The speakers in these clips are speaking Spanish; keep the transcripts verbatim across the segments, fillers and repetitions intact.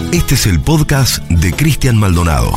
Este es el podcast de Cristian Maldonado.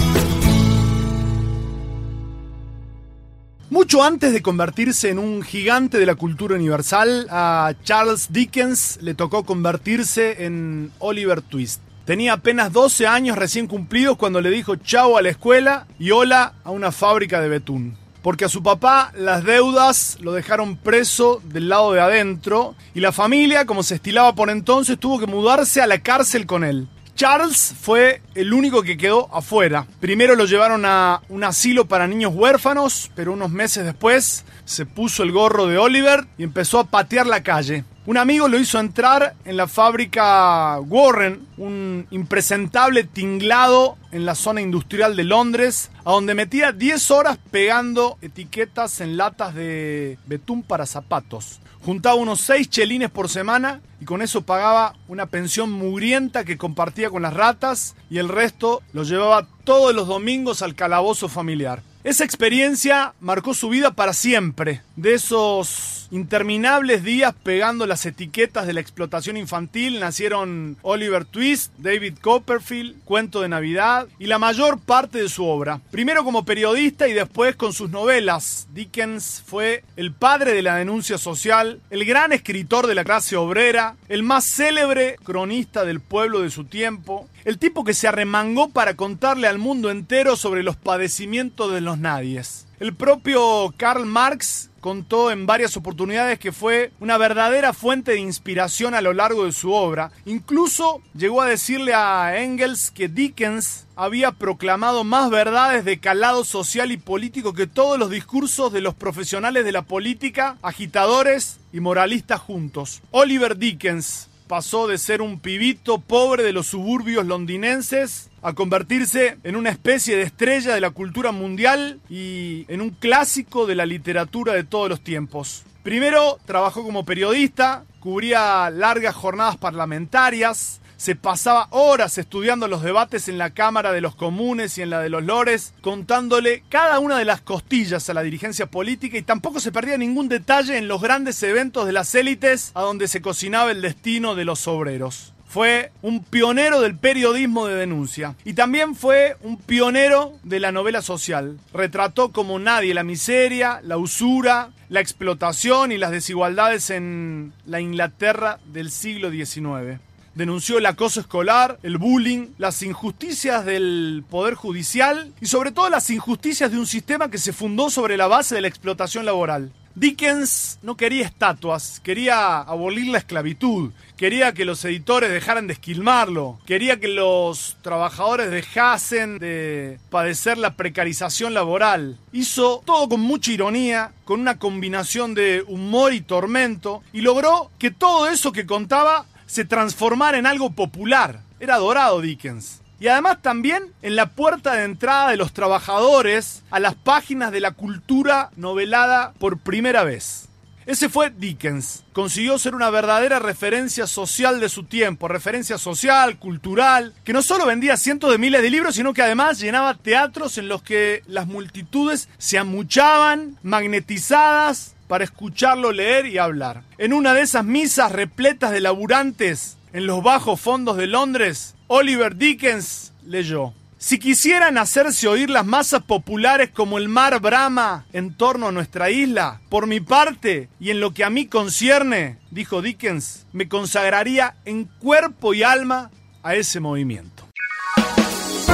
Mucho antes de convertirse en un gigante de la cultura universal, a Charles Dickens le tocó convertirse en Oliver Twist. Tenía apenas doce años recién cumplidos cuando le dijo chau a la escuela y hola a una fábrica de betún. Porque a su papá las deudas lo dejaron preso del lado de adentro y la familia, como se estilaba por entonces, tuvo que mudarse a la cárcel con él. Charles fue el único que quedó afuera. Primero lo llevaron a un asilo para niños huérfanos, pero unos meses después se puso el gorro de Oliver y empezó a patear la calle. Un amigo lo hizo entrar en la fábrica Warren, un impresentable tinglado en la zona industrial de Londres, a donde metía diez horas pegando etiquetas en latas de betún para zapatos. Juntaba unos seis chelines por semana y con eso pagaba una pensión mugrienta que compartía con las ratas y el resto lo llevaba todos los domingos al calabozo familiar. Esa experiencia marcó su vida para siempre. De esos interminables días pegando las etiquetas de la explotación infantil nacieron Oliver Twist, David Copperfield, Cuento de Navidad y la mayor parte de su obra. Primero como periodista y después con sus novelas. Dickens fue el padre de la denuncia social, el gran escritor de la clase obrera, el más célebre cronista del pueblo de su tiempo, el tipo que se arremangó para contarle al mundo entero sobre los padecimientos de los nadies. El propio Karl Marx contó en varias oportunidades que fue una verdadera fuente de inspiración a lo largo de su obra. Incluso llegó a decirle a Engels que Dickens había proclamado más verdades de calado social y político que todos los discursos de los profesionales de la política, agitadores y moralistas juntos. Oliver Dickens pasó de ser un pibito pobre de los suburbios londinenses a convertirse en una especie de estrella de la cultura mundial y en un clásico de la literatura de todos los tiempos. Primero trabajó como periodista, cubría largas jornadas parlamentarias, se pasaba horas estudiando los debates en la Cámara de los Comunes y en la de los Lores, contándole cada una de las costillas a la dirigencia política y tampoco se perdía ningún detalle en los grandes eventos de las élites a donde se cocinaba el destino de los obreros. Fue un pionero del periodismo de denuncia y también fue un pionero de la novela social. Retrató como nadie la miseria, la usura, la explotación y las desigualdades en la Inglaterra del siglo diecinueve. Denunció el acoso escolar, el bullying, las injusticias del poder judicial y sobre todo las injusticias de un sistema que se fundó sobre la base de la explotación laboral. Dickens no quería estatuas, quería abolir la esclavitud, quería que los editores dejaran de esquilmarlo, quería que los trabajadores dejasen de padecer la precarización laboral. Hizo todo con mucha ironía, con una combinación de humor y tormento, y logró que todo eso que contaba se transformara en algo popular. Era adorado Dickens. Y además también en la puerta de entrada de los trabajadores a las páginas de la cultura novelada por primera vez. Ese fue Dickens. Consiguió ser una verdadera referencia social de su tiempo, referencia social, cultural, que no solo vendía cientos de miles de libros, sino que además llenaba teatros en los que las multitudes se amuchaban, magnetizadas, para escucharlo leer y hablar. En una de esas misas repletas de laburantes en los bajos fondos de Londres, Oliver Dickens leyó: si quisieran hacerse oír las masas populares como el mar brama en torno a nuestra isla, por mi parte y en lo que a mí concierne, dijo Dickens, me consagraría en cuerpo y alma a ese movimiento.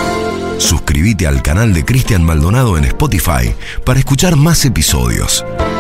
Suscríbete al canal de Cristian Maldonado en Spotify para escuchar más episodios.